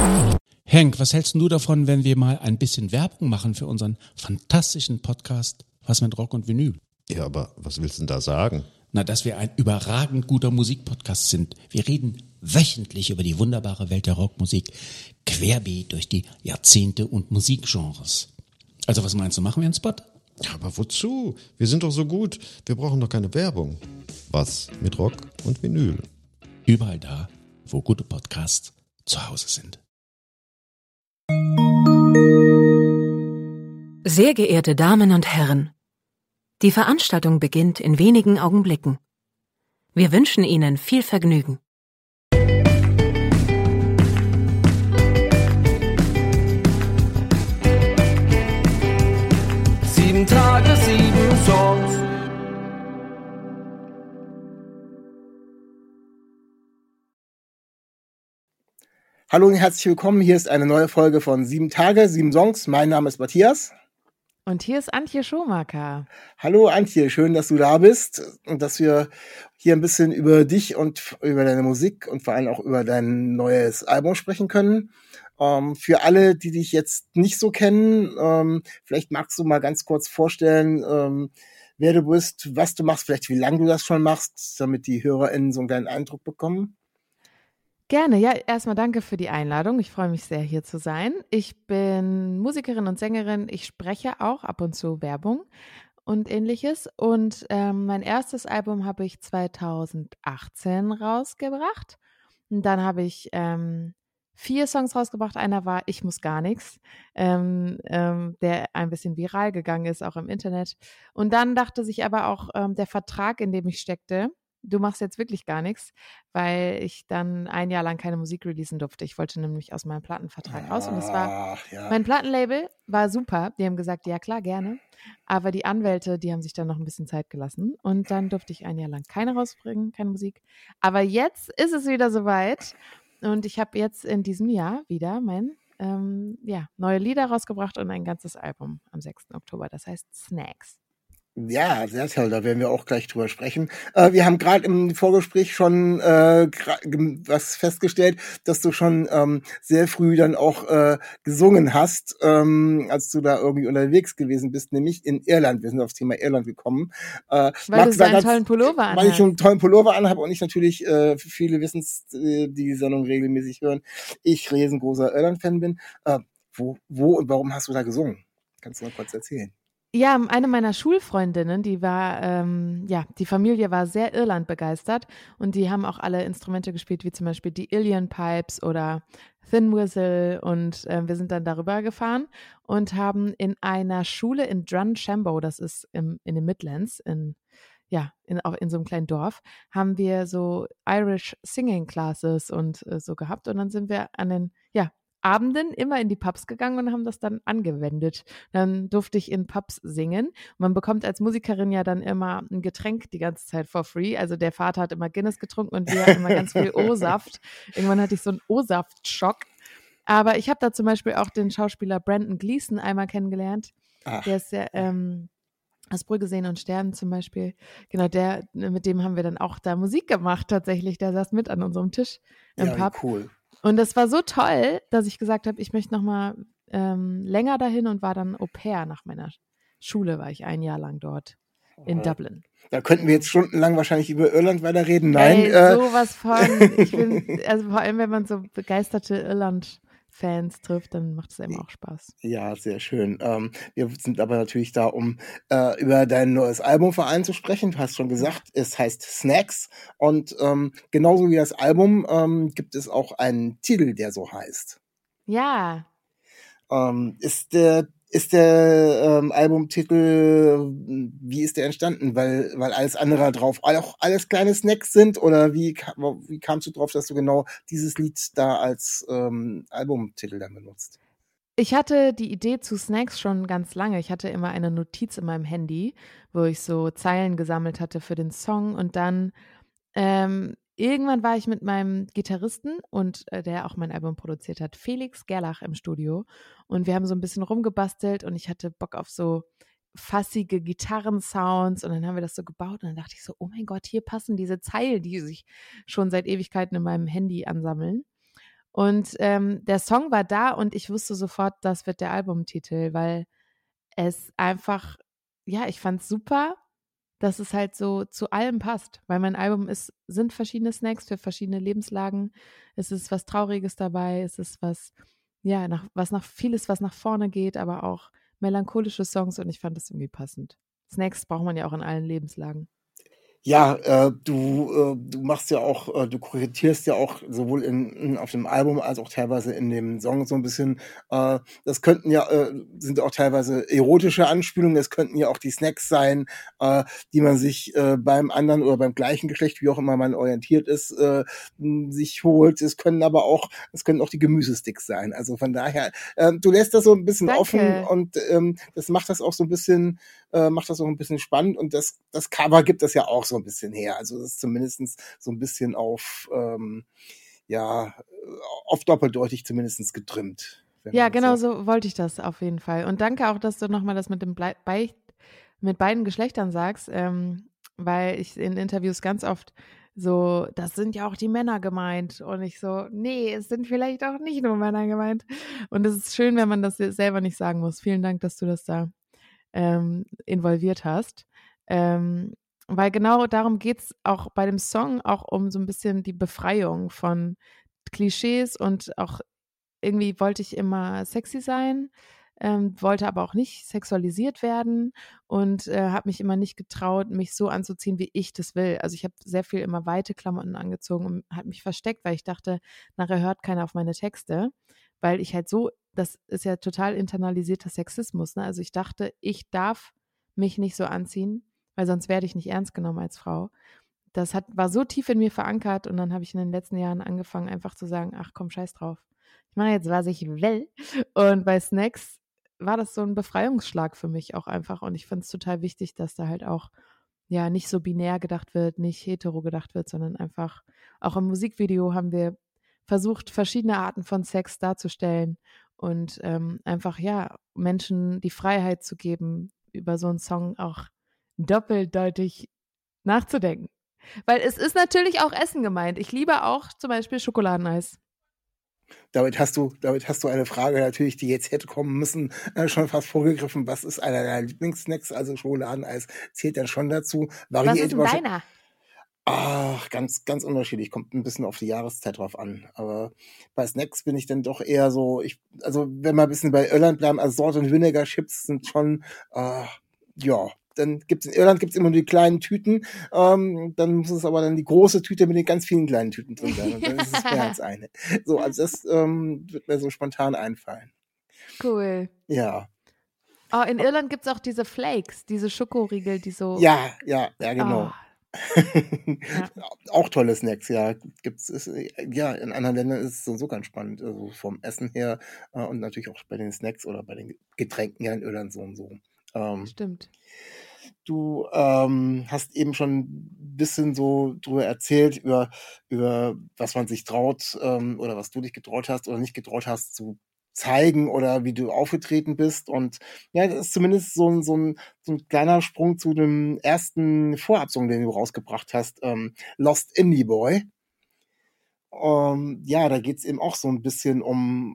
Henk, was hältst du davon, wenn wir mal ein bisschen Werbung machen für unseren fantastischen Podcast Was mit Rock und Vinyl? Ja, aber was willst du denn da sagen? Na, dass wir ein überragend guter Musikpodcast sind. Wir reden wöchentlich über die wunderbare Welt der Rockmusik, querbeet durch die Jahrzehnte und Musikgenres. Also was meinst du, machen wir einen Spot? Ja, aber wozu? Wir sind doch so gut. Wir brauchen doch keine Werbung. Was mit Rock und Vinyl? Überall da, wo gute Podcasts zu Hause sind. Sehr geehrte Damen und Herren, die Veranstaltung beginnt in wenigen Augenblicken. Wir wünschen Ihnen viel Vergnügen. Sieben Tage, 7 Songs. Hallo und herzlich willkommen. Hier ist eine neue Folge von 7 Tage, 7 Songs. Mein Name ist Matthias. Und hier ist Antje Schomaker. Hallo Antje, schön, dass du da bist und dass wir hier ein bisschen über dich und über deine Musik und vor allem auch über dein neues Album sprechen können. Für alle, die dich jetzt nicht so kennen, vielleicht magst du mal ganz kurz vorstellen, wer du bist, was du machst, vielleicht wie lange du das schon machst, damit die HörerInnen so einen kleinen Eindruck bekommen. Gerne, ja, erstmal danke für die Einladung. Ich freue mich sehr, hier zu sein. Ich bin Musikerin und Sängerin. Ich spreche auch ab und zu Werbung und ähnliches. Und mein erstes Album habe ich 2018 rausgebracht. Und dann habe ich 4 Songs rausgebracht. Einer war Ich muss gar nichts, der ein bisschen viral gegangen ist, auch im Internet. Und dann dachte sich aber auch der Vertrag, in dem ich steckte, du machst jetzt wirklich gar nichts, weil ich dann ein Jahr lang keine Musik releasen durfte. Ich wollte nämlich aus meinem Plattenvertrag raus und mein Plattenlabel war super. Die haben gesagt, ja klar, gerne. Aber die Anwälte, die haben sich dann noch ein bisschen Zeit gelassen und dann durfte ich ein Jahr lang keine rausbringen, keine Musik. Aber jetzt ist es wieder soweit und ich habe jetzt in diesem Jahr wieder mein neue Lieder rausgebracht und ein ganzes Album am 6. Oktober. Das heißt Snacks. Ja, sehr toll, da werden wir auch gleich drüber sprechen. Wir haben gerade im Vorgespräch schon was festgestellt, dass du schon sehr früh dann auch gesungen hast, als du da irgendwie unterwegs gewesen bist, nämlich in Irland. Wir sind aufs Thema Irland gekommen. Weil du so einen tollen Pullover anhast. Weil ich einen tollen Pullover anhabe und ich natürlich, viele wissen es, die Sendung regelmäßig hören, ich riesengroßer Irland-Fan bin. Wo und warum hast du da gesungen? Kannst du mal kurz erzählen? Ja, eine meiner Schulfreundinnen, die war, die Familie war sehr Irland begeistert und die haben auch alle Instrumente gespielt, wie zum Beispiel die Uilleann Pipes oder Thin Whistle und wir sind dann darüber gefahren und haben in einer Schule in Drumshanbo, das ist in den Midlands, in so einem kleinen Dorf, haben wir so Irish Singing Classes und so gehabt und dann sind wir an den, Abenden immer in die Pubs gegangen und haben das dann angewendet. Dann durfte ich in Pubs singen. Man bekommt als Musikerin ja dann immer ein Getränk die ganze Zeit for free. Also der Vater hat immer Guinness getrunken und wir immer ganz viel O-Saft. Irgendwann hatte ich so einen O-Saft-Schock. Aber ich habe da zum Beispiel auch den Schauspieler Brendan Gleeson einmal kennengelernt. Ach. Der ist ja aus Brügge sehen und sterben zum Beispiel. Genau, mit dem haben wir dann auch da Musik gemacht tatsächlich. Der saß mit an unserem Tisch im Pub. Cool. Und das war so toll, dass ich gesagt habe, ich möchte noch mal länger dahin und war dann Au pair nach meiner Schule, war ich ein Jahr lang dort in Dublin. Da könnten wir jetzt stundenlang wahrscheinlich über Irland weiterreden. Nein, sowas von. Ich bin, also vor allem, wenn man so begeisterte Irland-Fans trifft, dann macht es einem auch Spaß. Ja, sehr schön. Wir sind aber natürlich da, um über dein neues Album vor allem zu sprechen. Du hast schon gesagt, es heißt Snacks. Und genauso wie das Album gibt es auch einen Titel, der so heißt. Ja. Ist der Albumtitel, wie ist der entstanden? Weil alles andere drauf auch alles kleine Snacks sind? Oder wie kamst du drauf, dass du genau dieses Lied da als Albumtitel dann benutzt? Ich hatte die Idee zu Snacks schon ganz lange. Ich hatte immer eine Notiz in meinem Handy, wo ich so Zeilen gesammelt hatte für den Song. Und dann irgendwann war ich mit meinem Gitarristen und der auch mein Album produziert hat, Felix Gerlach im Studio. Und wir haben so ein bisschen rumgebastelt und ich hatte Bock auf so fassige Gitarrensounds. Und dann haben wir das so gebaut und dann dachte ich so, oh mein Gott, hier passen diese Zeilen, die sich schon seit Ewigkeiten in meinem Handy ansammeln. Und der Song war da und ich wusste sofort, das wird der Albumtitel, weil es einfach, ja, ich fand es super, dass es halt so zu allem passt, weil mein Album sind verschiedene Snacks für verschiedene Lebenslagen. Es ist was Trauriges dabei, es ist was, ja, vieles, was nach vorne geht, aber auch melancholische Songs und ich fand das irgendwie passend. Snacks braucht man ja auch in allen Lebenslagen. Ja, du machst ja auch, du kurierst ja auch sowohl auf dem Album als auch teilweise in dem Song so ein bisschen, das könnten ja, sind auch teilweise erotische Anspielungen, es könnten ja auch die Snacks sein, die man sich beim anderen oder beim gleichen Geschlecht, wie auch immer man orientiert ist, sich holt. Es können auch die Gemüsesticks sein. Also von daher, du lässt das so ein bisschen Danke. offen und das macht das auch so ein bisschen spannend und das Cover gibt das ja auch so ein bisschen her. Also das ist zumindest so ein bisschen auf doppeldeutig zumindest getrimmt. Ja, genau so wollte ich das auf jeden Fall. Und danke auch, dass du nochmal das mit mit beiden Geschlechtern sagst, weil ich in Interviews ganz oft so, das sind ja auch die Männer gemeint. Und ich so, nee, es sind vielleicht auch nicht nur Männer gemeint. Und es ist schön, wenn man das selber nicht sagen muss. Vielen Dank, dass du das da involviert hast. Weil genau darum geht es auch bei dem Song, auch um so ein bisschen die Befreiung von Klischees und auch irgendwie wollte ich immer sexy sein, wollte aber auch nicht sexualisiert werden und habe mich immer nicht getraut, mich so anzuziehen, wie ich das will. Also ich habe sehr viel immer weite Klamotten angezogen und habe mich versteckt, weil ich dachte, nachher hört keiner auf meine Texte, weil ich halt so, das ist ja total internalisierter Sexismus, ne? Also ich dachte, ich darf mich nicht so anziehen, weil sonst werde ich nicht ernst genommen als Frau. War so tief in mir verankert und dann habe ich in den letzten Jahren angefangen, einfach zu sagen, ach komm, scheiß drauf. Ich mache jetzt, was ich will. Und bei Snacks war das so ein Befreiungsschlag für mich auch einfach. Und ich finde es total wichtig, dass da halt auch ja nicht so binär gedacht wird, nicht hetero gedacht wird, sondern einfach auch im Musikvideo haben wir versucht, verschiedene Arten von Sex darzustellen und einfach ja Menschen die Freiheit zu geben, über so einen Song auch doppeldeutig nachzudenken. Weil es ist natürlich auch Essen gemeint. Ich liebe auch zum Beispiel Schokoladeneis. Damit hast du eine Frage natürlich, die jetzt hätte kommen müssen, schon fast vorgegriffen. Was ist einer deiner Lieblingssnacks? Also Schokoladeneis zählt dann schon dazu. Was ist denn deiner? Ach, ganz, ganz unterschiedlich. Kommt ein bisschen auf die Jahreszeit drauf an. Aber bei Snacks bin ich dann doch eher so, also wenn wir ein bisschen bei Irland bleiben, also Salt und Vinegar Chips sind schon, ja. Dann in Irland immer die kleinen Tüten, dann muss es aber dann die große Tüte mit den ganz vielen kleinen Tüten drin sein. Und dann ist es mehr als eine. So, also das wird mir so spontan einfallen. Cool. Ja. Oh, in Irland gibt es auch diese Flakes, diese Schokoriegel, die so. Ja, genau. Oh. Ja. Auch tolle Snacks, ja. Ja, in anderen Ländern ist es so ganz spannend. Also vom Essen her und natürlich auch bei den Snacks oder bei den Getränken ja in Irland so und so. Stimmt. Du hast eben schon ein bisschen so drüber erzählt, über was man sich traut oder was du dich getraut hast oder nicht getraut hast zu zeigen oder wie du aufgetreten bist. Und ja, das ist zumindest so ein kleiner Sprung zu dem ersten Vorabsong, den du rausgebracht hast, Lost Indie Boy. Ja, da geht's eben auch so ein bisschen um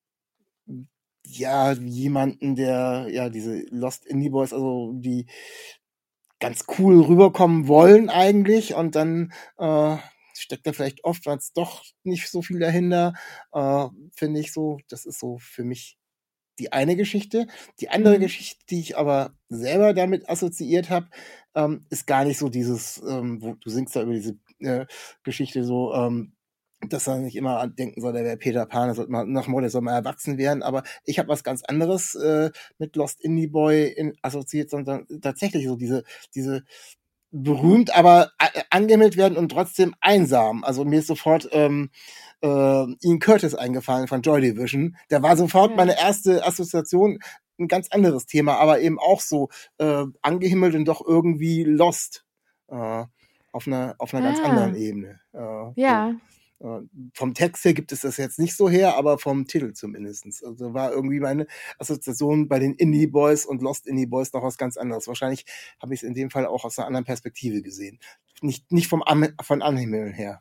ja, jemanden, der, ja, diese Lost Indie Boys, also die ganz cool rüberkommen wollen eigentlich und dann steckt da vielleicht oftmals doch nicht so viel dahinter, finde ich so. Das ist so für mich die eine Geschichte. Die andere Geschichte, die ich aber selber damit assoziiert habe, ist gar nicht so dieses, wo du singst da über diese Geschichte so, dass er nicht immer denken soll, der wäre Peter Pan, der soll mal erwachsen werden, aber ich habe was ganz anderes mit Lost Indie Boy assoziiert, sondern tatsächlich so diese berühmt, aber angehimmelt werden und trotzdem einsam. Also mir ist sofort Ian Curtis eingefallen von Joy Division. Der war sofort meine erste Assoziation, ein ganz anderes Thema, aber eben auch so angehimmelt und doch irgendwie lost auf einer ganz anderen Ebene. Ja. So. Vom Text her gibt es das jetzt nicht so her, aber vom Titel zumindestens. Also war irgendwie meine Assoziation bei den Indie Boys und Lost Indie Boys noch was ganz anderes. Wahrscheinlich habe ich es in dem Fall auch aus einer anderen Perspektive gesehen. Nicht von Anhimmeln her.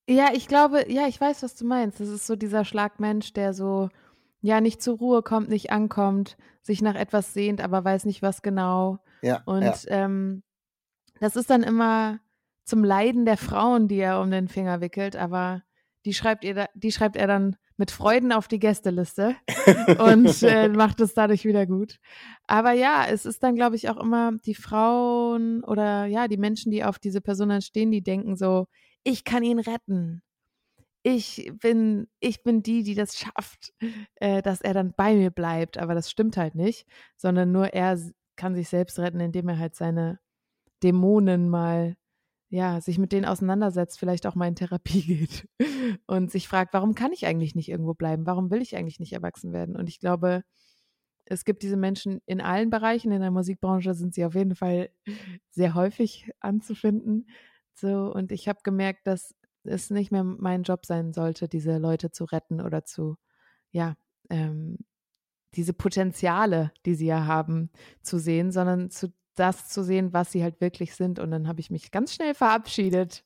Ja, ich glaube, ja, ich weiß, was du meinst. Das ist so dieser Schlagmensch, der so, ja, nicht zur Ruhe kommt, nicht ankommt, sich nach etwas sehnt, aber weiß nicht, was genau. Ja, ja. Und das ist dann immer zum Leiden der Frauen, die er um den Finger wickelt, aber die schreibt er dann mit Freuden auf die Gästeliste und macht es dadurch wieder gut. Aber ja, es ist dann, glaube ich, auch immer die Frauen oder ja, die Menschen, die auf diese Person dann stehen, die denken so, ich kann ihn retten. Ich bin die das schafft, dass er dann bei mir bleibt. Aber das stimmt halt nicht, sondern nur er kann sich selbst retten, indem er halt seine Dämonen mal, ja, sich mit denen auseinandersetzt, vielleicht auch mal in Therapie geht und sich fragt, warum kann ich eigentlich nicht irgendwo bleiben? Warum will ich eigentlich nicht erwachsen werden? Und ich glaube, es gibt diese Menschen in allen Bereichen. In der Musikbranche sind sie auf jeden Fall sehr häufig anzufinden. So, und ich habe gemerkt, dass es nicht mehr mein Job sein sollte, diese Leute zu retten oder ja, diese Potenziale, die sie ja haben, zu sehen, sondern das zu sehen, was sie halt wirklich sind. Und dann habe ich mich ganz schnell verabschiedet.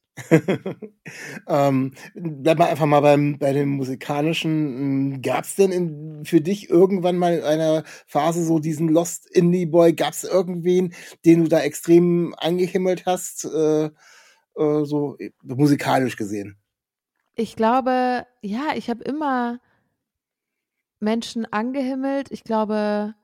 Bleib mal einfach mal bei dem Musikalischen. Gab es denn für dich irgendwann mal in einer Phase so diesen Lost Indie Boy? Gab es irgendwen, den du da extrem angehimmelt hast, so musikalisch gesehen? Ich glaube, ja, ich habe immer Menschen angehimmelt. Ich glaube,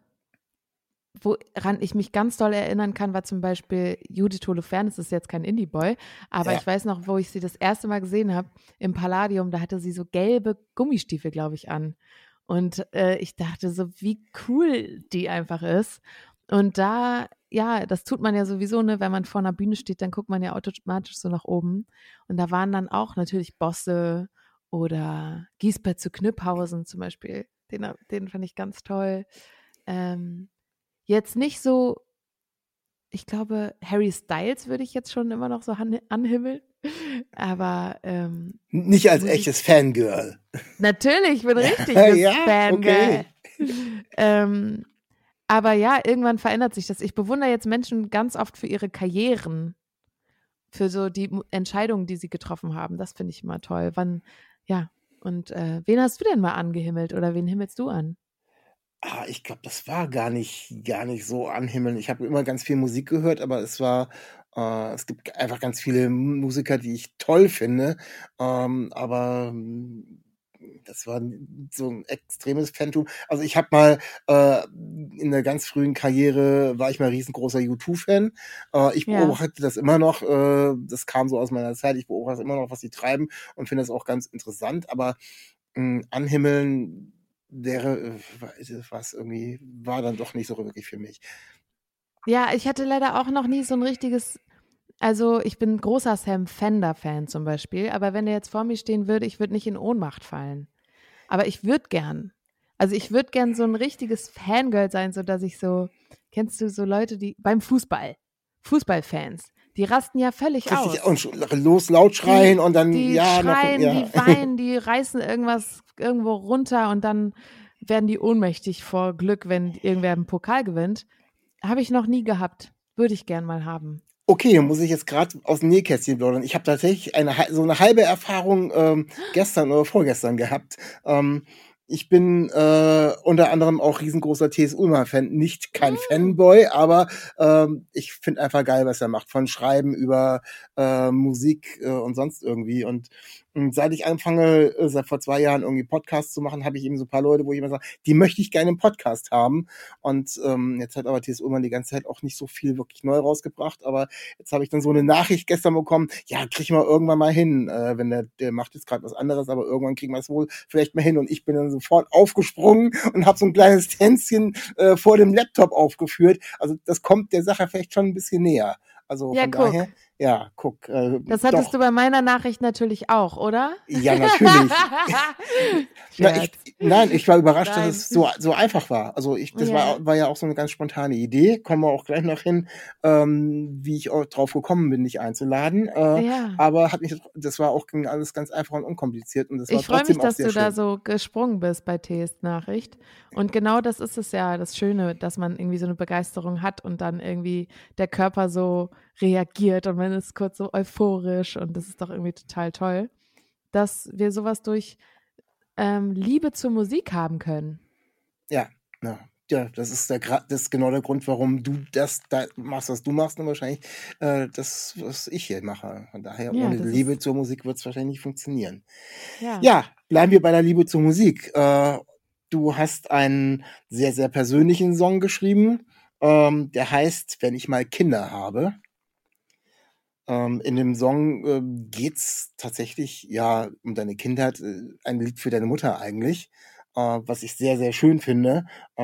woran ich mich ganz doll erinnern kann, war zum Beispiel Judith Holofernes. Das ist jetzt kein Indie-Boy, aber Ja. ich weiß noch, wo ich sie das erste Mal gesehen habe, im Palladium, da hatte sie so gelbe Gummistiefel, glaube ich, an. Und ich dachte so, wie cool die einfach ist. Und da, ja, das tut man ja sowieso, ne, wenn man vor einer Bühne steht, dann guckt man ja automatisch so nach oben. Und da waren dann auch natürlich Bosse oder Giesbert zu Knüpphausen zum Beispiel. Den fand ich ganz toll. Jetzt nicht so, ich glaube, Harry Styles würde ich jetzt schon immer noch so anhimmeln, aber nicht als echtes Fangirl. Natürlich, ich bin richtig das Ja, Fangirl. okay. Aber ja, irgendwann verändert sich das. Ich bewundere jetzt Menschen ganz oft für ihre Karrieren, für so die Entscheidungen, die sie getroffen haben. Das finde ich immer toll. Und wen hast du denn mal angehimmelt oder wen himmelst du an? Ich glaube, das war gar nicht so anhimmeln. Ich habe immer ganz viel Musik gehört, aber es gibt einfach ganz viele Musiker, die ich toll finde. Aber das war so ein extremes Phantom. Also ich habe mal in der ganz frühen Karriere war ich mal riesengroßer U2-Fan. Ich Ja. beobachte das immer noch. Das kam so aus meiner Zeit. Ich beobachte immer noch, was sie treiben und finde das auch ganz interessant. Aber anhimmeln wäre was irgendwie, war dann doch nicht so wirklich für mich. Ja, ich hatte leider auch noch nie so ein richtiges, also ich bin großer Sam Fender-Fan zum Beispiel, aber wenn der jetzt vor mir stehen würde, ich würde nicht in Ohnmacht fallen. Aber ich würde gern. Also ich würde gern so ein richtiges Fangirl sein, so dass ich so, kennst du so Leute, die beim Fußballfans, die rasten ja völlig Richtig, aus. und laut schreien und dann, Die ja, schreien, ja. die weinen, die reißen irgendwas irgendwo runter und dann werden die ohnmächtig vor Glück, wenn irgendwer einen Pokal gewinnt. Habe ich noch nie gehabt. Würde ich gern mal haben. Okay, muss ich jetzt gerade aus dem Nähkästchen plaudern. Ich habe tatsächlich so eine halbe Erfahrung gestern oder vorgestern gehabt. Ich bin unter anderem auch riesengroßer T.S. Ullmann-Fan. Nicht kein Fanboy, aber ich finde einfach geil, was er macht. Von Schreiben über Musik und sonst irgendwie. Und seit ich anfange, seit vor 2 Jahren irgendwie Podcasts zu machen, habe ich eben so ein paar Leute, wo ich immer sage, die möchte ich gerne im Podcast haben. Und jetzt hat aber T.S. Ullmann die ganze Zeit auch nicht so viel wirklich neu rausgebracht. Aber jetzt habe ich dann so eine Nachricht gestern bekommen, ja, kriegen wir irgendwann mal hin. Wenn der macht jetzt gerade was anderes, aber irgendwann kriegen wir es wohl vielleicht mal hin. Und ich bin dann sofort aufgesprungen und habe so ein kleines Tänzchen vor dem Laptop aufgeführt. Also das kommt der Sache vielleicht schon ein bisschen näher. Also Ja, von guck. daher, ja, guck. Das hattest doch. du bei meiner Nachricht natürlich auch, oder? Ja, natürlich. Scherz. Nein, ich war überrascht, Nein. dass es so einfach war. Also das Ja. war ja auch so eine ganz spontane Idee. Kommen wir auch gleich noch hin, wie ich auch drauf gekommen bin, dich einzuladen. Ja. Aber das war auch alles ganz einfach und unkompliziert. Und das war Ich freue trotzdem mich, auch dass sehr du schön. da so gesprungen bist bei T.S. Nachricht. Und genau das ist es ja, das Schöne, dass man irgendwie so eine Begeisterung hat und dann irgendwie der Körper so reagiert und man ist kurz so euphorisch und das ist doch irgendwie total toll. dass wir sowas durch Liebe zur Musik haben können. Ja, das ist das ist genau der Grund, warum du das da machst, was du machst, und wahrscheinlich das, was ich hier mache. Von daher, Ja, ohne das Liebe ist, zur Musik wird es wahrscheinlich nicht funktionieren. ja. Ja, bleiben wir bei der Liebe zur Musik. Du hast einen sehr, sehr persönlichen Song geschrieben, der heißt "Wenn ich mal Kinder habe". In dem Song geht's tatsächlich ja um deine Kindheit, ein Lied für deine Mutter eigentlich, was ich sehr, sehr schön finde.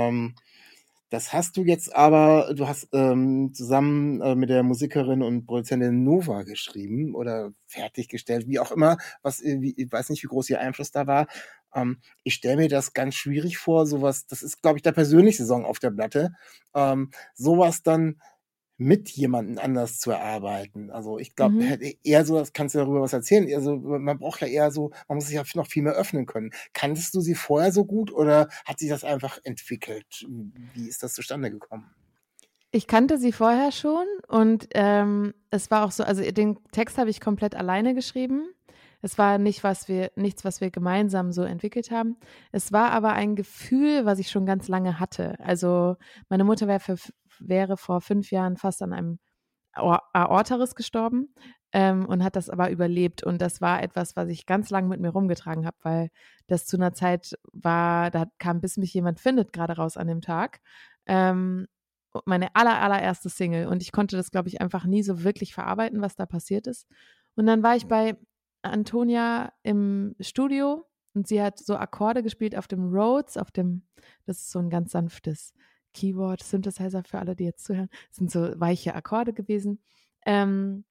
Das hast du jetzt aber, du hast zusammen mit der Musikerin und Produzentin Nova geschrieben oder fertiggestellt, wie auch immer, ich weiß nicht, wie groß ihr Einfluss da war. Ich stelle mir das ganz schwierig vor, sowas, das ist, glaube ich, der persönlichste Song auf der Platte, sowas dann mit jemandem anders zu erarbeiten. Also ich glaube, eher so, das kannst du darüber was erzählen. Also man braucht ja eher so, man muss sich ja noch viel mehr öffnen können. Kanntest du sie vorher so gut oder hat sich das einfach entwickelt? Wie ist das zustande gekommen? Ich kannte sie vorher schon und es war auch so, also den Text habe ich komplett alleine geschrieben. Es war nichts, was wir gemeinsam so entwickelt haben. Es war aber ein Gefühl, was ich schon ganz lange hatte. Also meine Mutter wäre vor 5 Jahren fast an einem Aortariss gestorben und hat das aber überlebt. Und das war etwas, was ich ganz lange mit mir rumgetragen habe, weil das zu einer Zeit war, da kam "Bis mich jemand findet" gerade raus an dem Tag. Meine allererste Single. Und ich konnte das, glaube ich, einfach nie so wirklich verarbeiten, was da passiert ist. Und dann war ich bei Antonia im Studio und sie hat so Akkorde gespielt auf dem Rhodes, das ist so ein ganz sanftes Keyboard, Synthesizer für alle, die jetzt zuhören. Das sind so weiche Akkorde gewesen. Und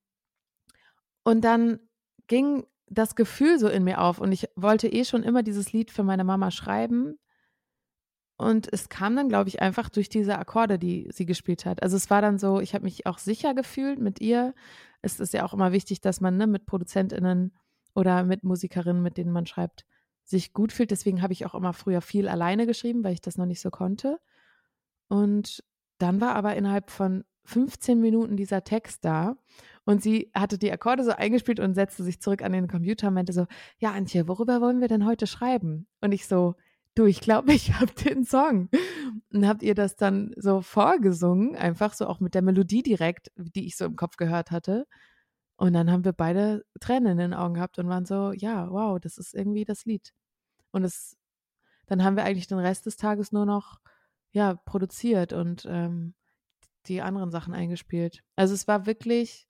dann ging das Gefühl so in mir auf und ich wollte schon immer dieses Lied für meine Mama schreiben. Und es kam dann, glaube ich, einfach durch diese Akkorde, die sie gespielt hat. Also es war dann so, ich habe mich auch sicher gefühlt mit ihr. Es ist ja auch immer wichtig, dass man mit ProduzentInnen oder mit Musikerinnen, mit denen man schreibt, sich gut fühlt. Deswegen habe ich auch immer früher viel alleine geschrieben, weil ich das noch nicht so konnte. Und dann war aber innerhalb von 15 Minuten dieser Text da und sie hatte die Akkorde so eingespielt und setzte sich zurück an den Computer und meinte so, ja Antje, worüber wollen wir denn heute schreiben? Und ich so, du, ich glaube, ich habe den Song. Und habt ihr das dann so vorgesungen, einfach so auch mit der Melodie direkt, die ich so im Kopf gehört hatte. Und dann haben wir beide Tränen in den Augen gehabt und waren so, ja, wow, das ist irgendwie das Lied. Und dann haben wir eigentlich den Rest des Tages nur noch produziert und die anderen Sachen eingespielt. Also es war wirklich,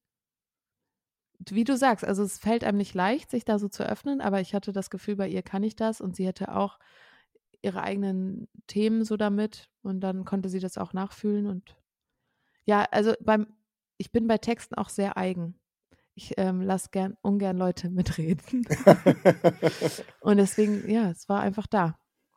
wie du sagst, also es fällt einem nicht leicht, sich da so zu öffnen, aber ich hatte das Gefühl, bei ihr kann ich das und sie hätte auch ihre eigenen Themen so damit und dann konnte sie das auch nachfühlen und ja, also ich bin bei Texten auch sehr eigen. Ich lasse ungern Leute mitreden. Und deswegen, ja, es war einfach da.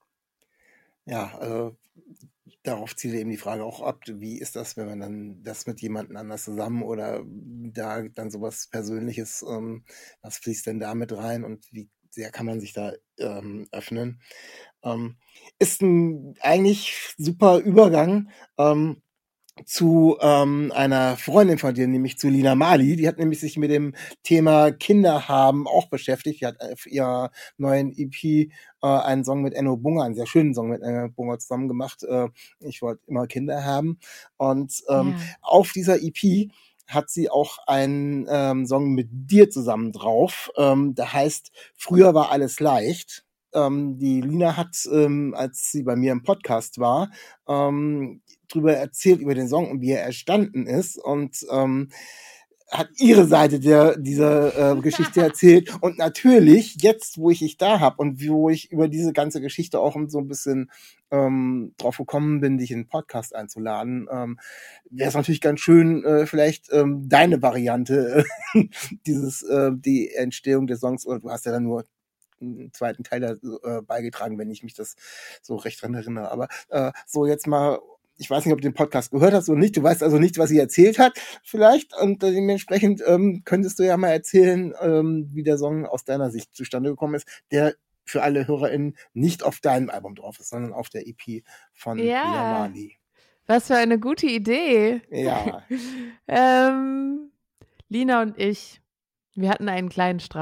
Ja, darauf zielt eben die Frage auch ab, wie ist das, wenn man dann das mit jemandem anders zusammen oder da dann sowas Persönliches, was fließt denn da mit rein und wie sehr kann man sich da öffnen? Ist ein eigentlich super Übergang zu einer Freundin von dir, nämlich zu Lina Mali. Die hat nämlich sich mit dem Thema Kinder haben auch beschäftigt. Die hat auf ihrer neuen EP einen Song mit Enno Bunga, einen sehr schönen Song mit Enno Bunga zusammen gemacht. Ich wollte immer Kinder haben. Und auf dieser EP hat sie auch einen Song mit dir zusammen drauf. Der heißt "Früher war alles leicht". Die Lina hat, als sie bei mir im Podcast war, drüber erzählt, über den Song und wie er entstanden ist und hat ihre Seite dieser Geschichte erzählt. Und natürlich, jetzt, wo ich dich da habe und wo ich über diese ganze Geschichte auch so ein bisschen drauf gekommen bin, dich in den Podcast einzuladen, wäre es natürlich ganz schön, vielleicht deine Variante, die Entstehung des Songs, oder du hast ja dann nur einen zweiten Teil beigetragen, wenn ich mich das so recht dran erinnere. Aber so jetzt mal, ich weiß nicht, ob du den Podcast gehört hast oder nicht. Du weißt also nicht, was sie erzählt hat, vielleicht. Und dementsprechend könntest du ja mal erzählen, wie der Song aus deiner Sicht zustande gekommen ist, der für alle HörerInnen nicht auf deinem Album drauf ist, sondern auf der EP von Lina Mali. Was für eine gute Idee. Ja. Lina und ich, wir hatten einen kleinen Streit.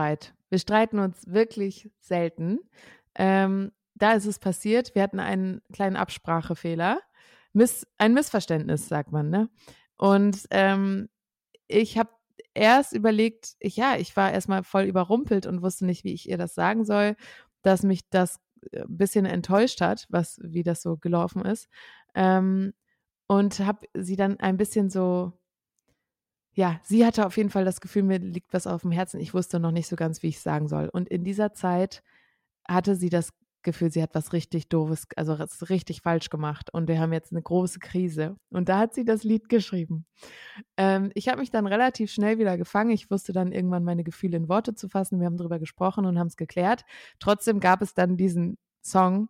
Wir streiten uns wirklich selten. Da ist es passiert, wir hatten einen kleinen Absprachefehler. Ein Missverständnis, sagt man, ne? Und ich habe erst überlegt, ich war erstmal voll überrumpelt und wusste nicht, wie ich ihr das sagen soll, dass mich das ein bisschen enttäuscht hat, wie das so gelaufen ist. Und habe sie dann ein bisschen so, ja, sie hatte auf jeden Fall das Gefühl, mir liegt was auf dem Herzen. Ich wusste noch nicht so ganz, wie ich es sagen soll. Und in dieser Zeit hatte sie das Gefühl, sie hat was richtig Doofes, also richtig falsch gemacht. Und wir haben jetzt eine große Krise. Und da hat sie das Lied geschrieben. Ich habe mich dann relativ schnell wieder gefangen. Ich wusste dann irgendwann meine Gefühle in Worte zu fassen. Wir haben darüber gesprochen und haben es geklärt. Trotzdem gab es dann diesen Song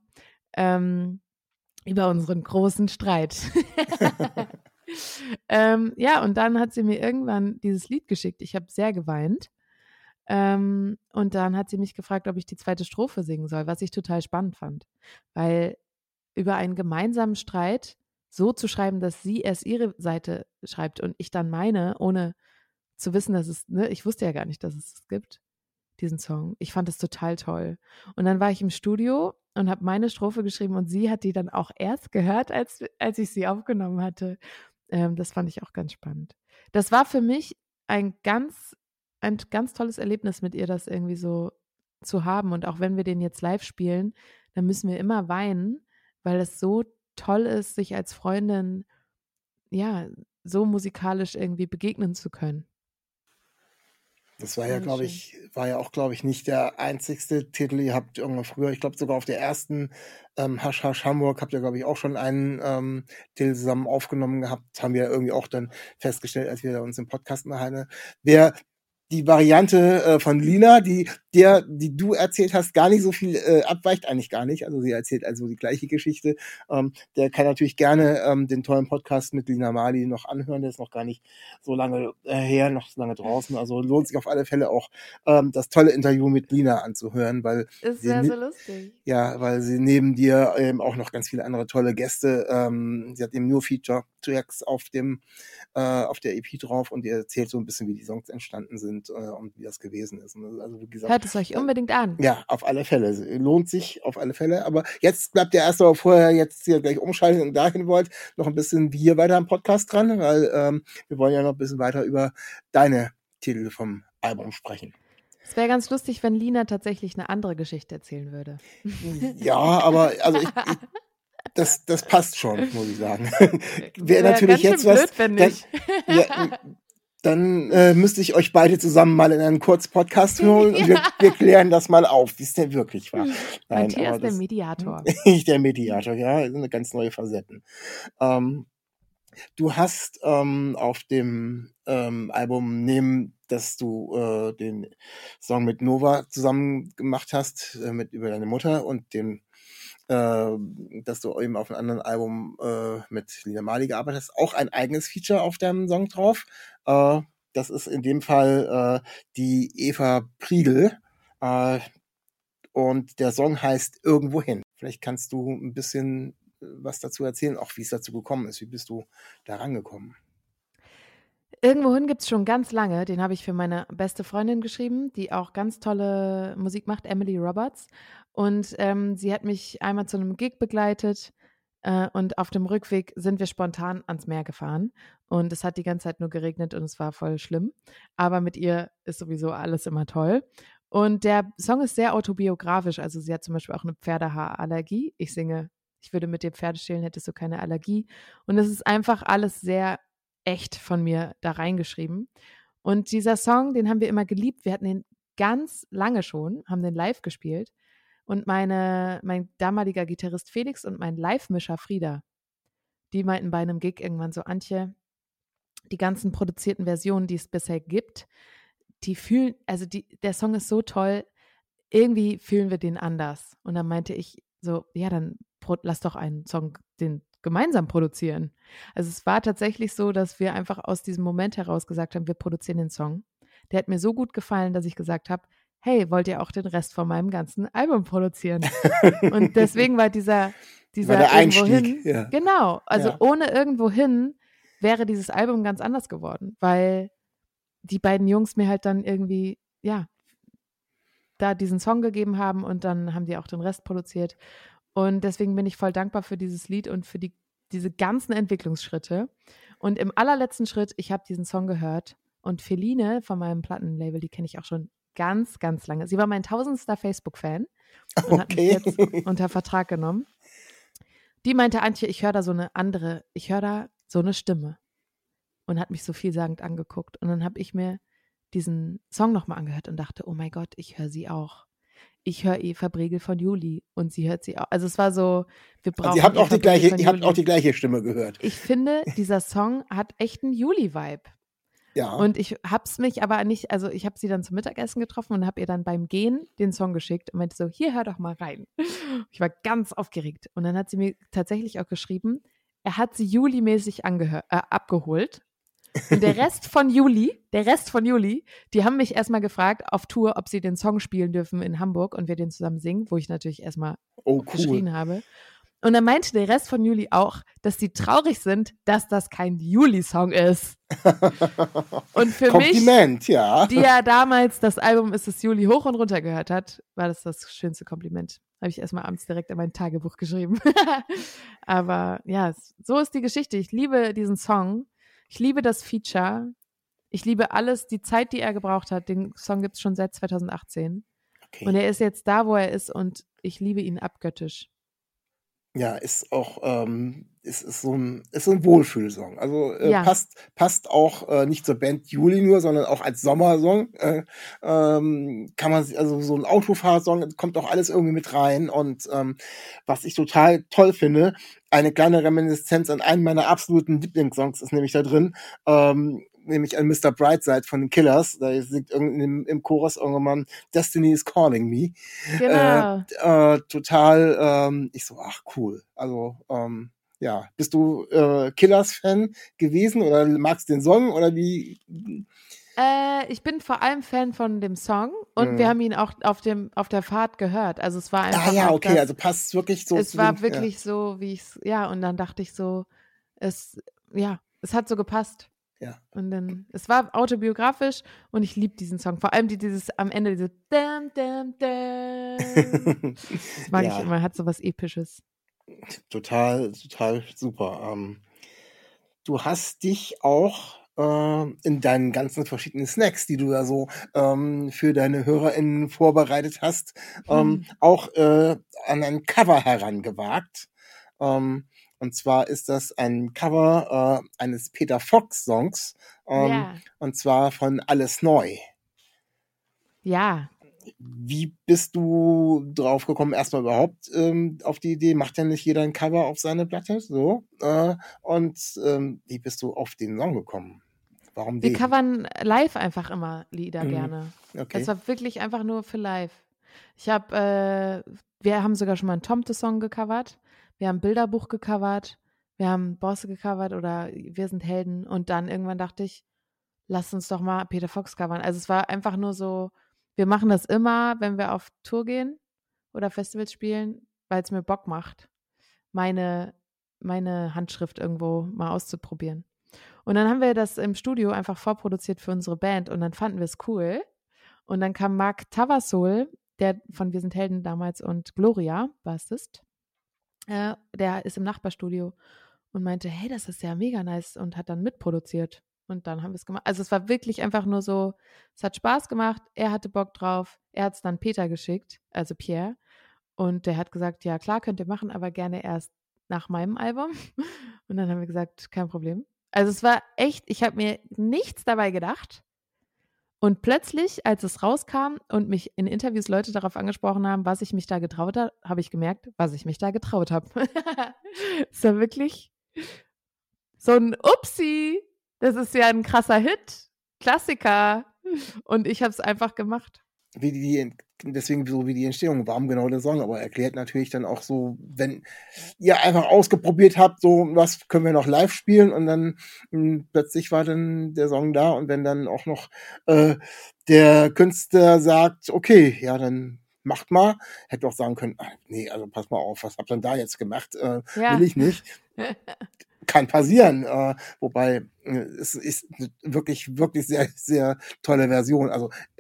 über unseren großen Streit. Ja, und dann hat sie mir irgendwann dieses Lied geschickt. Ich habe sehr geweint. Und dann hat sie mich gefragt, ob ich die zweite Strophe singen soll, was ich total spannend fand. Weil über einen gemeinsamen Streit so zu schreiben, dass sie erst ihre Seite schreibt und ich dann meine, ohne zu wissen, dass es, ne, ich wusste ja gar nicht, dass es gibt, diesen Song. Ich fand es total toll. Und dann war ich im Studio und habe meine Strophe geschrieben und sie hat die dann auch erst gehört, als ich sie aufgenommen hatte. Das fand ich auch ganz spannend. Das war für mich ein ganz tolles Erlebnis mit ihr, das irgendwie so zu haben. Und auch wenn wir den jetzt live spielen, dann müssen wir immer weinen, weil es so toll ist, sich als Freundin, ja, so musikalisch irgendwie begegnen zu können. Das war ja, glaube ich, nicht der einzigste Titel. Ihr habt irgendwann früher, ich glaube sogar auf der ersten Hasch Hasch Hamburg habt ihr, glaube ich, auch schon einen Titel zusammen aufgenommen gehabt. Haben wir irgendwie auch dann festgestellt, als wir uns im Podcast unterhalten. Wer die Variante von Lina, die du erzählt hast, gar nicht so viel abweicht, eigentlich gar nicht. Also sie erzählt also die gleiche Geschichte. Der kann natürlich gerne den tollen Podcast mit Lina Marley noch anhören. Der ist noch gar nicht so lange her, noch so lange draußen. Also lohnt sich auf alle Fälle auch das tolle Interview mit Lina anzuhören, weil ist sehr, sehr lustig. Ja, weil sie neben dir eben auch noch ganz viele andere tolle Gäste. Sie hat eben nur Feature-Tracks auf der EP drauf und ihr erzählt so ein bisschen, wie die Songs entstanden sind und wie das gewesen ist. Also wie gesagt, hört es euch unbedingt an. Ja, auf alle Fälle. Lohnt sich auf alle Fälle. Aber jetzt bleibt ihr erst aber vorher jetzt hier gleich umschalten und dahin wollt, noch ein bisschen wir weiter am Podcast dran, weil wir wollen ja noch ein bisschen weiter über deine Titel vom Album sprechen. Es wäre ganz lustig, wenn Lina tatsächlich eine andere Geschichte erzählen würde. Ja, aber also das passt schon, muss ich sagen. Wäre natürlich jetzt blöd, was. wenn nicht. Dann müsste ich euch beide zusammen mal in einen Kurz-Podcast holen und wir klären das mal auf, wie es denn wirklich war. Nein, Matthias, der Mediator. Der Mediator, ja, das ist eine ganz neue Facetten. Du hast auf dem Album neben, dass du den Song mit Nova zusammen gemacht hast, über deine Mutter und dass du eben auf einem anderen Album mit Lina Marley gearbeitet hast, auch ein eigenes Feature auf deinem Song drauf. Das ist in dem Fall die Eva Priegel und der Song heißt Irgendwohin. Vielleicht kannst du ein bisschen was dazu erzählen, auch wie es dazu gekommen ist. Wie bist du da rangekommen? Irgendwohin gibt es schon ganz lange. Den habe ich für meine beste Freundin geschrieben, die auch ganz tolle Musik macht, Emily Roberts. Und sie hat mich einmal zu einem Gig begleitet und auf dem Rückweg sind wir spontan ans Meer gefahren. Und es hat die ganze Zeit nur geregnet und es war voll schlimm. Aber mit ihr ist sowieso alles immer toll. Und der Song ist sehr autobiografisch. Also sie hat zum Beispiel auch eine Pferdehaarallergie. Ich singe, ich würde mit dir Pferde stehlen, hättest du keine Allergie. Und es ist einfach alles sehr echt von mir da reingeschrieben. Und dieser Song, den haben wir immer geliebt. Wir hatten den ganz lange schon, haben den live gespielt. Und mein damaliger Gitarrist Felix und mein Live-Mischer Frieda, die meinten bei einem Gig irgendwann so, Antje, die ganzen produzierten Versionen, die es bisher gibt, die fühlen, also der Song ist so toll, irgendwie fühlen wir den anders. Und dann meinte ich so, ja, dann lass doch einen Song, den gemeinsam produzieren. Also es war tatsächlich so, dass wir einfach aus diesem Moment heraus gesagt haben, wir produzieren den Song. Der hat mir so gut gefallen, dass ich gesagt habe, hey, wollt ihr auch den Rest von meinem ganzen Album produzieren? Und deswegen war dieser der Einstieg, ja. Genau, also ohne Irgendwohin wäre dieses Album ganz anders geworden, weil die beiden Jungs mir halt dann irgendwie, ja, da diesen Song gegeben haben und dann haben die auch den Rest produziert. Und deswegen bin ich voll dankbar für dieses Lied und für diese ganzen Entwicklungsschritte. Und im allerletzten Schritt, ich habe diesen Song gehört und Feline von meinem Plattenlabel, die kenne ich auch schon ganz, ganz lange. Sie war mein 1000. Facebook-Fan und hat mich jetzt unter Vertrag genommen. Die meinte, Antje, ich höre da so eine Stimme und hat mich so vielsagend angeguckt. Und dann habe ich mir diesen Song nochmal angehört und dachte, oh mein Gott, ich höre sie auch. Ich höre Eva Bregel von Juli und sie hört sie auch. Also es war so, wir brauchen Also ihr habt Eva auch die gleiche Stimme gehört. Ich finde, dieser Song hat echt einen Juli-Vibe. Ja. Und ich hab's mich aber nicht, also ich habe sie dann zum Mittagessen getroffen und habe ihr dann beim Gehen den Song geschickt und meinte so, hier, hör doch mal rein. Ich war ganz aufgeregt. Und dann hat sie mir tatsächlich auch geschrieben, er hat sie Juli-mäßig abgeholt. Und der Rest von Juli, die haben mich erstmal gefragt auf Tour, ob sie den Song spielen dürfen in Hamburg und wir den zusammen singen, wo ich natürlich erstmal geschrien habe. Und dann meinte der Rest von Juli auch, dass sie traurig sind, dass das kein Juli-Song ist. Und für Kompliment, mich, ja. die ja damals das Album Ist es Juli hoch und runter gehört hat, war das schönste Kompliment. Habe ich erstmal abends direkt in mein Tagebuch geschrieben. Aber ja, so ist die Geschichte. Ich liebe diesen Song. Ich liebe das Feature. Ich liebe alles, die Zeit, die er gebraucht hat. Den Song gibt es schon seit 2018. Okay. Und er ist jetzt da, wo er ist und ich liebe ihn abgöttisch. Ja, ist auch, ist so ein Wohlfühlsong. Also passt auch nicht zur Band Juli nur, sondern auch als Sommersong. Kann man also so ein Autofahrsong, kommt auch alles irgendwie mit rein. Und was ich total toll finde, eine kleine Reminiszenz an einen meiner absoluten Lieblingssongs ist nämlich da drin. Nämlich an Mr. Brightside von den Killers. Da singt im Chorus irgendwann Destiny is calling me. Genau. Total, ich so, ach cool. Also, ja. Bist du Killers-Fan gewesen oder magst du den Song oder wie? Ich bin vor allem Fan von dem Song und wir haben ihn auch auf der Fahrt gehört. Also es war einfach. Ah ja, okay, also passt wirklich so. Es war wirklich so, wie ich und dann dachte ich so, es hat so gepasst. Ja. Und dann, es war autobiografisch und ich liebe diesen Song. Vor allem dieses am Ende, diese Dam, Dam, Dam. Das mag ich immer, hat so was Episches. Total super. Du hast dich auch in deinen ganzen verschiedenen Snacks, die du da so für deine HörerInnen vorbereitet hast, auch an ein Cover herangewagt. Und zwar ist das ein Cover eines Peter Fox Songs, und zwar von Alles Neu. Ja. Wie bist du drauf gekommen, erstmal überhaupt auf die Idee? Macht ja nicht jeder ein Cover auf seine Platte, so. Und wie bist du auf den Song gekommen? Warum Wir covern live einfach immer Lieder gerne. Okay. Es war wirklich einfach nur für live. Wir haben sogar schon mal einen Tomte-Song gecovert. Wir haben Bilderbuch gecovert, wir haben Bosse gecovert oder Wir sind Helden und dann irgendwann dachte ich, lass uns doch mal Peter Fox covern. Also es war einfach nur so, wir machen das immer, wenn wir auf Tour gehen oder Festivals spielen, weil es mir Bock macht, meine Handschrift irgendwo mal auszuprobieren. Und dann haben wir das im Studio einfach vorproduziert für unsere Band und dann fanden wir es cool. Und dann kam Marc Tavasol, der von Wir sind Helden damals und Gloria, Bassist. Der ist im Nachbarstudio und meinte, hey, das ist ja mega nice und hat dann mitproduziert. Und dann haben wir es gemacht. Also es war wirklich einfach nur so, es hat Spaß gemacht, er hatte Bock drauf, er hat es dann Peter geschickt, also Pierre. Und der hat gesagt, ja klar, könnt ihr machen, aber gerne erst nach meinem Album. Und dann haben wir gesagt, kein Problem. Also es war echt, ich habe mir nichts dabei gedacht. Und plötzlich, als es rauskam und mich in Interviews Leute darauf angesprochen haben, was ich mich da getraut habe, habe ich gemerkt, was ich mich da getraut habe. Es war wirklich so ein Upsi. Das ist ja ein krasser Hit. Klassiker. Und ich habe es einfach gemacht. Deswegen so wie die Entstehung, warum genau der Song, aber erklärt natürlich dann auch so, wenn ihr einfach ausprobiert habt, so was können wir noch live spielen und dann plötzlich war dann der Song da und wenn dann auch noch der Künstler sagt, okay, ja, dann macht mal, hätte auch sagen können, nee, also pass mal auf, was habt ihr denn da jetzt gemacht? Will ich nicht. Kann passieren, wobei es ist wirklich, wirklich sehr, sehr tolle Version. Also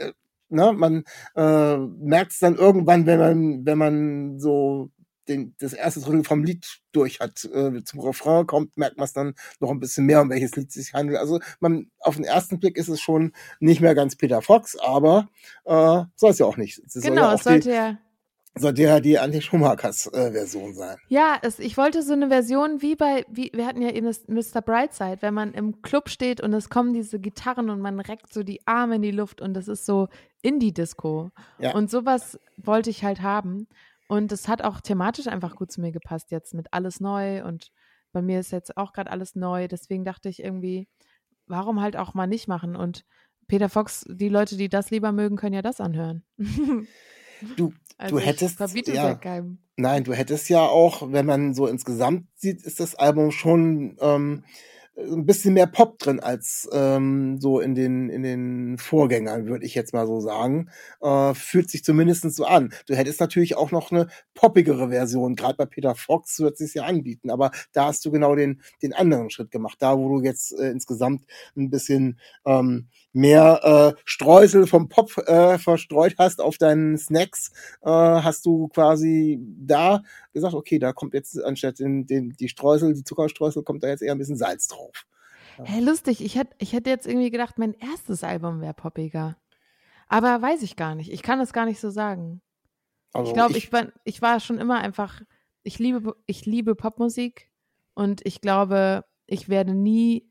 ne, man merkt es dann irgendwann, wenn man so das erste Drittel vom Lied durch hat, zum Refrain kommt, merkt man es dann noch ein bisschen mehr, um welches Lied es sich handelt. Also auf den ersten Blick ist es schon nicht mehr ganz Peter Fox, aber soll es ja auch nicht. Genau, es sollte ja die Antje Schumachers Version sein. Ja, ich wollte so eine Version wir hatten ja eben das Mr. Brightside, wenn man im Club steht und es kommen diese Gitarren und man reckt so die Arme in die Luft und das ist so Indie-Disco. Ja. Und sowas wollte ich halt haben. Und es hat auch thematisch einfach gut zu mir gepasst jetzt mit alles neu und bei mir ist jetzt auch gerade alles neu. Deswegen dachte ich irgendwie, warum halt auch mal nicht machen? Und Peter Fox, die Leute, die das lieber mögen, können ja das anhören. Du hättest ja keinem. Nein, du hättest ja auch, wenn man so insgesamt sieht, ist das Album schon ein bisschen mehr Pop drin als so in den Vorgängern, würde ich jetzt mal so sagen. Fühlt sich zumindest so an. Du hättest natürlich auch noch eine poppigere Version. Gerade bei Peter Fox wird es sich ja anbieten. Aber da hast du genau den anderen Schritt gemacht. Da, wo du jetzt insgesamt ein bisschen mehr Streusel vom Pop verstreut hast auf deinen Snacks, hast du quasi da gesagt, okay, da kommt jetzt anstatt die Streusel, die Zuckerstreusel, kommt da jetzt eher ein bisschen Salz drauf. Hey, lustig. Ich hätte jetzt irgendwie gedacht, mein erstes Album wäre poppiger. Aber weiß ich gar nicht. Ich kann es gar nicht so sagen. Also ich glaube, ich war schon immer einfach, ich liebe Popmusik und ich glaube, ich werde nie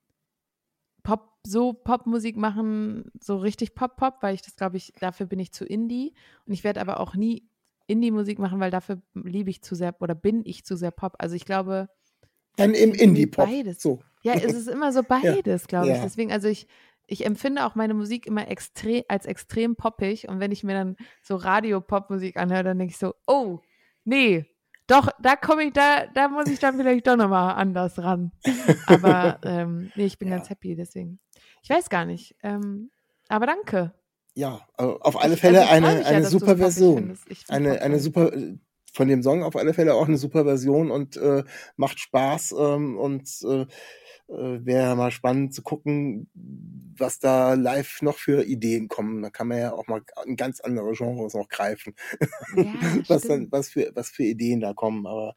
Popmusik machen, so richtig Pop, weil ich das glaube ich, dafür bin ich zu Indie und ich werde aber auch nie Indie-Musik machen, weil dafür liebe ich zu sehr oder bin ich zu sehr Pop. Also ich glaube, dann im Indie-Pop. Beides. So. Ja, es ist immer so beides, glaube ich. Ja. Deswegen, also ich empfinde auch meine Musik immer als extrem poppig und wenn ich mir dann so Radio-Pop-Musik anhöre, dann denke ich so, oh, nee, doch, da muss ich dann vielleicht doch nochmal anders ran. Aber nee, ich bin ganz happy, deswegen. Ich weiß gar nicht. Aber danke. Ja, also auf alle Fälle eine super Version. Eine super, von dem Song auf alle Fälle auch eine super Version und macht Spaß und wäre mal spannend zu gucken, was da live noch für Ideen kommen. Da kann man ja auch mal in ganz andere Genres noch greifen. Ja, was für Ideen da kommen. Aber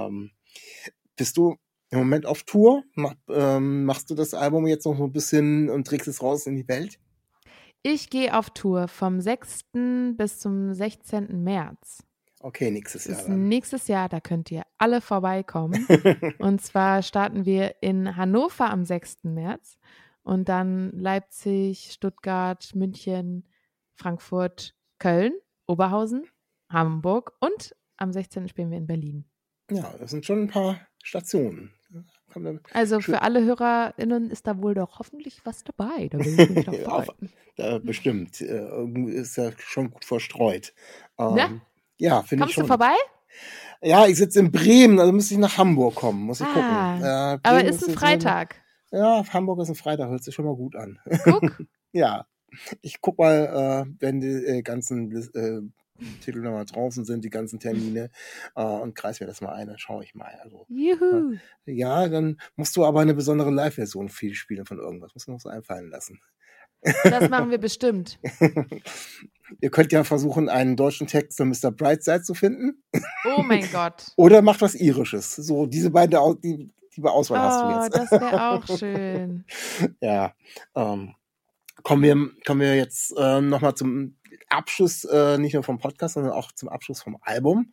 bist du im Moment auf Tour? Machst du das Album jetzt noch so ein bisschen und trägst es raus in die Welt? Ich gehe auf Tour vom 6. bis zum 16. März. Okay, nächstes Jahr Das ist dann. nächstes Jahr, da könnt ihr alle vorbeikommen. Und zwar starten wir in Hannover am 6. März und dann Leipzig, Stuttgart, München, Frankfurt, Köln, Oberhausen, Hamburg und am 16. spielen wir in Berlin. Ja, das sind schon ein paar Stationen. Also für alle HörerInnen ist da wohl doch hoffentlich was dabei. Da will ich mich doch freuen. Bestimmt. Ist ja schon gut verstreut. Ne? Ja, finde ich schon. Kommst du vorbei? Ja, ich sitze in Bremen, also müsste ich nach Hamburg kommen. Muss ich gucken. Aber ist ein Freitag. Ja, Hamburg ist ein Freitag, hört sich schon mal gut an. Guck. Ja, ich guck mal, wenn die ganzen Titel nochmal draußen sind, die ganzen Termine, und kreis mir das mal ein, dann schaue ich mal. Also, Juhu. ja, dann musst du aber eine besondere Live-Version viel spielen von irgendwas. Muss man noch so einfallen lassen. Das machen wir bestimmt. Ihr könnt ja versuchen, einen deutschen Text von Mr. Brightside zu finden. Oh mein Gott. Oder macht was Irisches. So, diese beiden, die Auswahl hast du jetzt. Das wäre auch schön. Ja. Kommen wir jetzt nochmal zum Abschluss, nicht nur vom Podcast, sondern auch zum Abschluss vom Album.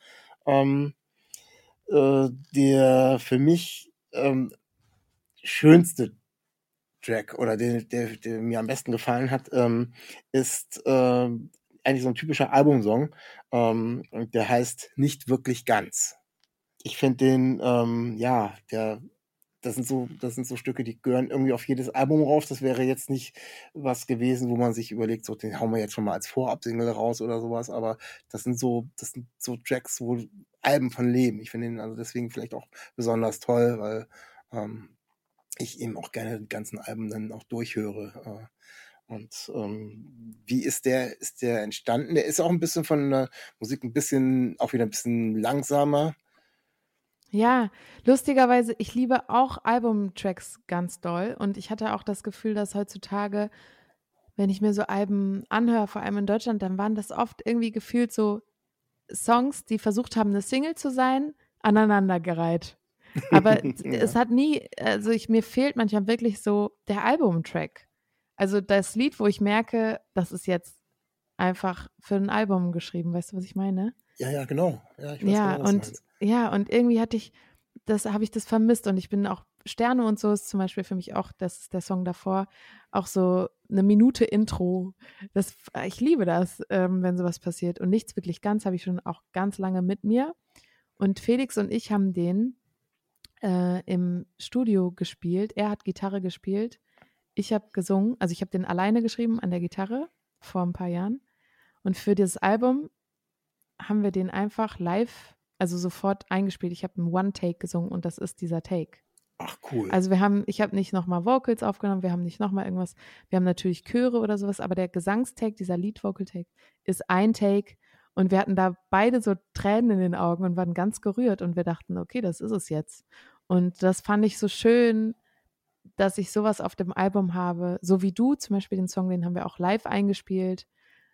Der für mich schönste Track oder der mir am besten gefallen hat, ist eigentlich so ein typischer Albumsong. Der heißt Nicht wirklich ganz. Ich finde den, das sind so Stücke, die gehören irgendwie auf jedes Album rauf. Das wäre jetzt nicht was gewesen, wo man sich überlegt, so den hauen wir jetzt schon mal als Vorab-Single raus oder sowas. Aber das sind so Tracks, wo Alben von leben. Ich finde ihn also deswegen vielleicht auch besonders toll, weil ich eben auch gerne die ganzen Alben dann auch durchhöre. Und wie ist der entstanden? Der ist auch ein bisschen von der Musik auch wieder ein bisschen langsamer. Ja, lustigerweise, ich liebe auch Albumtracks ganz doll und ich hatte auch das Gefühl, dass heutzutage, wenn ich mir so Alben anhöre, vor allem in Deutschland, dann waren das oft irgendwie gefühlt so Songs, die versucht haben, eine Single zu sein, aneinandergereiht. Aber es hat nie, also mir fehlt manchmal wirklich so der Albumtrack. Also das Lied, wo ich merke, das ist jetzt einfach für ein Album geschrieben, weißt du, was ich meine? Ja, genau. Ja, ich weiß Ja, genau, was du und meinst. und irgendwie habe ich das vermisst und ich bin auch Sterne und so ist zum Beispiel für mich auch, das ist der Song davor, auch so eine Minute Intro. Ich liebe das, wenn sowas passiert. Und Nichts wirklich ganz habe ich schon auch ganz lange mit mir. Und Felix und ich haben den im Studio gespielt. Er hat Gitarre gespielt. Ich habe gesungen. Also ich habe den alleine geschrieben an der Gitarre vor ein paar Jahren. Und für dieses Album haben wir den einfach live, also sofort eingespielt. Ich habe einen One-Take gesungen und das ist dieser Take. Ach, cool. Also ich habe nicht nochmal Vocals aufgenommen, wir haben nicht nochmal irgendwas, wir haben natürlich Chöre oder sowas, aber der Gesangstake, dieser Lead-Vocal-Take, ist ein Take und wir hatten da beide so Tränen in den Augen und waren ganz gerührt und wir dachten, okay, das ist es jetzt. Und das fand ich so schön, dass ich sowas auf dem Album habe, so wie du zum Beispiel den Song, den haben wir auch live eingespielt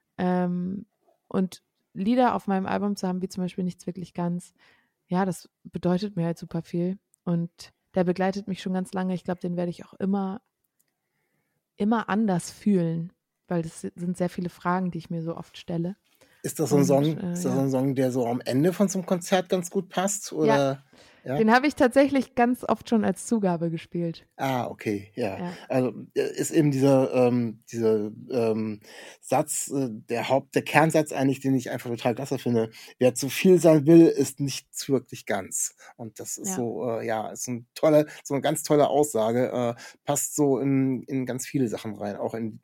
und Lieder auf meinem Album zu haben, wie zum Beispiel Nichts wirklich ganz, ja, das bedeutet mir halt super viel und der begleitet mich schon ganz lange. Ich glaube, den werde ich auch immer anders fühlen, weil das sind sehr viele Fragen, die ich mir so oft stelle. Ist das so ein Song, ja. so ein Song, der so am Ende von so einem Konzert ganz gut passt? Oder? Ja. Den habe ich tatsächlich ganz oft schon als Zugabe gespielt. Ah, okay, ja. Ja. Also ist eben dieser Satz, der Kernsatz eigentlich, den ich einfach total klasse finde. Wer zu viel sein will, ist nichts wirklich ganz. Und das ist ist so eine ganz tolle Aussage, passt so in ganz viele Sachen rein, auch in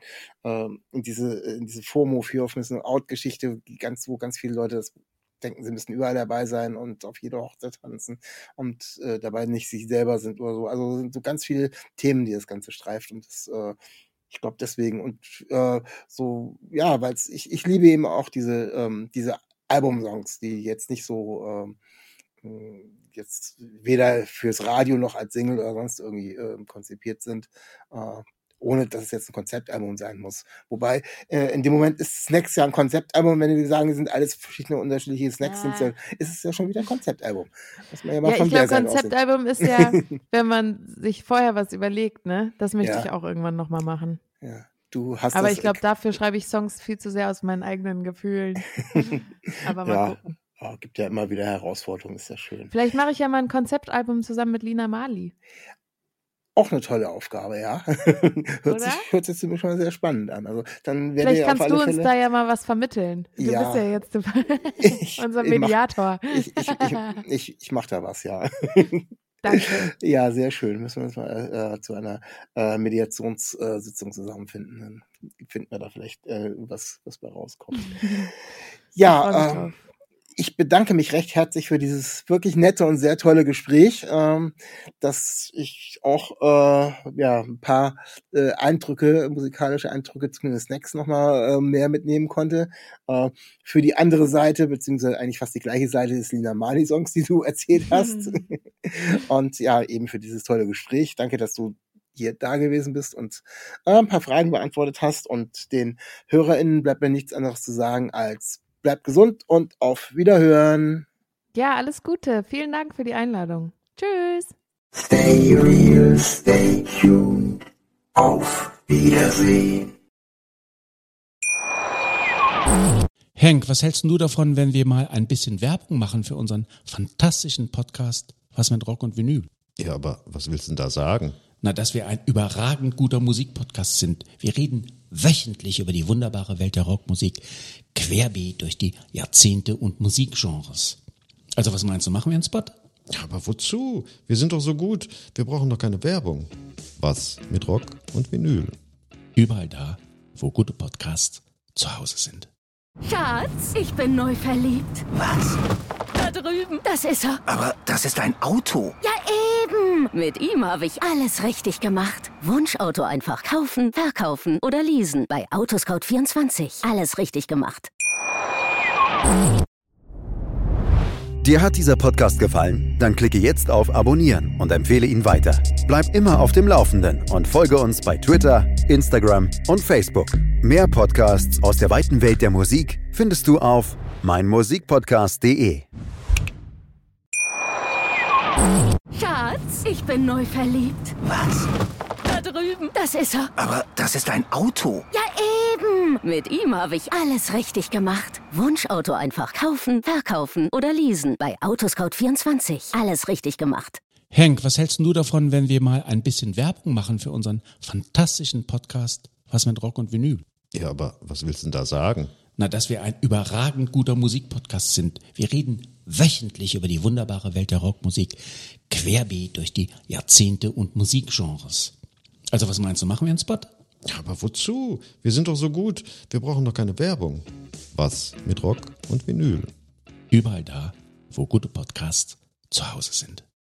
diese FOMO, Fear of Missing Out Geschichte, wo ganz viele Leute das denken, sie müssen überall dabei sein und auf jeder Hochzeit tanzen und dabei nicht sich selber sind oder so. Also sind so ganz viele Themen, die das Ganze streift und das, ich glaube deswegen und weil ich liebe eben auch diese Albumsongs, die jetzt nicht so jetzt weder fürs Radio noch als Single oder sonst irgendwie konzipiert sind, ohne dass es jetzt ein Konzeptalbum sein muss. Wobei, in dem Moment ist Snacks ja ein Konzeptalbum, wenn wir sagen, es sind alles verschiedene unterschiedliche Snacks, ist es ja schon wieder ein Konzeptalbum. Muss man ja mal von ich glaube, der Seite Konzeptalbum ist ja, wenn man sich vorher was überlegt, ne? Das möchte ich auch irgendwann nochmal machen. Ja, du hast aber ich glaube, dafür schreibe ich Songs viel zu sehr aus meinen eigenen Gefühlen. Aber mal gucken. Ja, gibt ja immer wieder Herausforderungen, ist ja schön. Vielleicht mache ich ja mal ein Konzeptalbum zusammen mit Lina Marley. Auch eine tolle Aufgabe, ja. Hört sich ziemlich schon mal sehr spannend an. Also dann vielleicht kannst du uns da ja mal was vermitteln. Du bist ja jetzt unser Mediator. Ich mache da was, ja. Danke. Ja, sehr schön. Müssen wir uns mal zu einer Mediationssitzung zusammenfinden. Dann finden wir da vielleicht was bei rauskommt. Ja, ich bedanke mich recht herzlich für dieses wirklich nette und sehr tolle Gespräch, dass ich auch ein paar musikalische Eindrücke, zumindest Snacks nochmal mehr mitnehmen konnte. Für die andere Seite, beziehungsweise eigentlich fast die gleiche Seite des Lina Marley Songs, die du erzählt hast. Und ja, eben für dieses tolle Gespräch. Danke, dass du hier da gewesen bist und ein paar Fragen beantwortet hast. Und den HörerInnen bleibt mir nichts anderes zu sagen als bleibt gesund und auf Wiederhören. Ja, alles Gute. Vielen Dank für die Einladung. Tschüss. Stay real, stay tuned. Auf Wiedersehen. Henk, was hältst du davon, wenn wir mal ein bisschen Werbung machen für unseren fantastischen Podcast Was mit Rock und Vinyl? Ja, aber was willst du denn da sagen? Na, dass wir ein überragend guter Musikpodcast sind. Wir reden wöchentlich über die wunderbare Welt der Rockmusik, querbeet durch die Jahrzehnte und Musikgenres. Also was meinst du, machen wir einen Spot? Ja, aber wozu? Wir sind doch so gut. Wir brauchen doch keine Werbung. Was mit Rock und Vinyl? Überall da, wo gute Podcasts zu Hause sind. Schatz, ich bin neu verliebt. Was? Da drüben. Das ist er. Aber das ist ein Auto. Ja, eben. Mit ihm habe ich alles richtig gemacht. Wunschauto einfach kaufen, verkaufen oder leasen. Bei Autoscout24. Alles richtig gemacht. Dir hat dieser Podcast gefallen? Dann klicke jetzt auf Abonnieren und empfehle ihn weiter. Bleib immer auf dem Laufenden und folge uns bei Twitter, Instagram und Facebook. Mehr Podcasts aus der weiten Welt der Musik findest du auf meinmusikpodcast.de. Schatz, ich bin neu verliebt. Was? Da drüben. Das ist er. Aber das ist ein Auto. Ja, eben. Mit ihm habe ich alles richtig gemacht. Wunschauto einfach kaufen, verkaufen oder leasen. Bei Autoscout24. Alles richtig gemacht. Henk, was hältst du davon, wenn wir mal ein bisschen Werbung machen für unseren fantastischen Podcast Was mit Rock und Vinyl? Ja, aber was willst du denn da sagen? Na, dass wir ein überragend guter Musikpodcast sind. Wir reden wöchentlich über die wunderbare Welt der Rockmusik, querbeet durch die Jahrzehnte und Musikgenres. Also was meinst du, machen wir einen Spot? Ja, aber wozu? Wir sind doch so gut. Wir brauchen doch keine Werbung. Was mit Rock und Vinyl? Überall da, wo gute Podcasts zu Hause sind.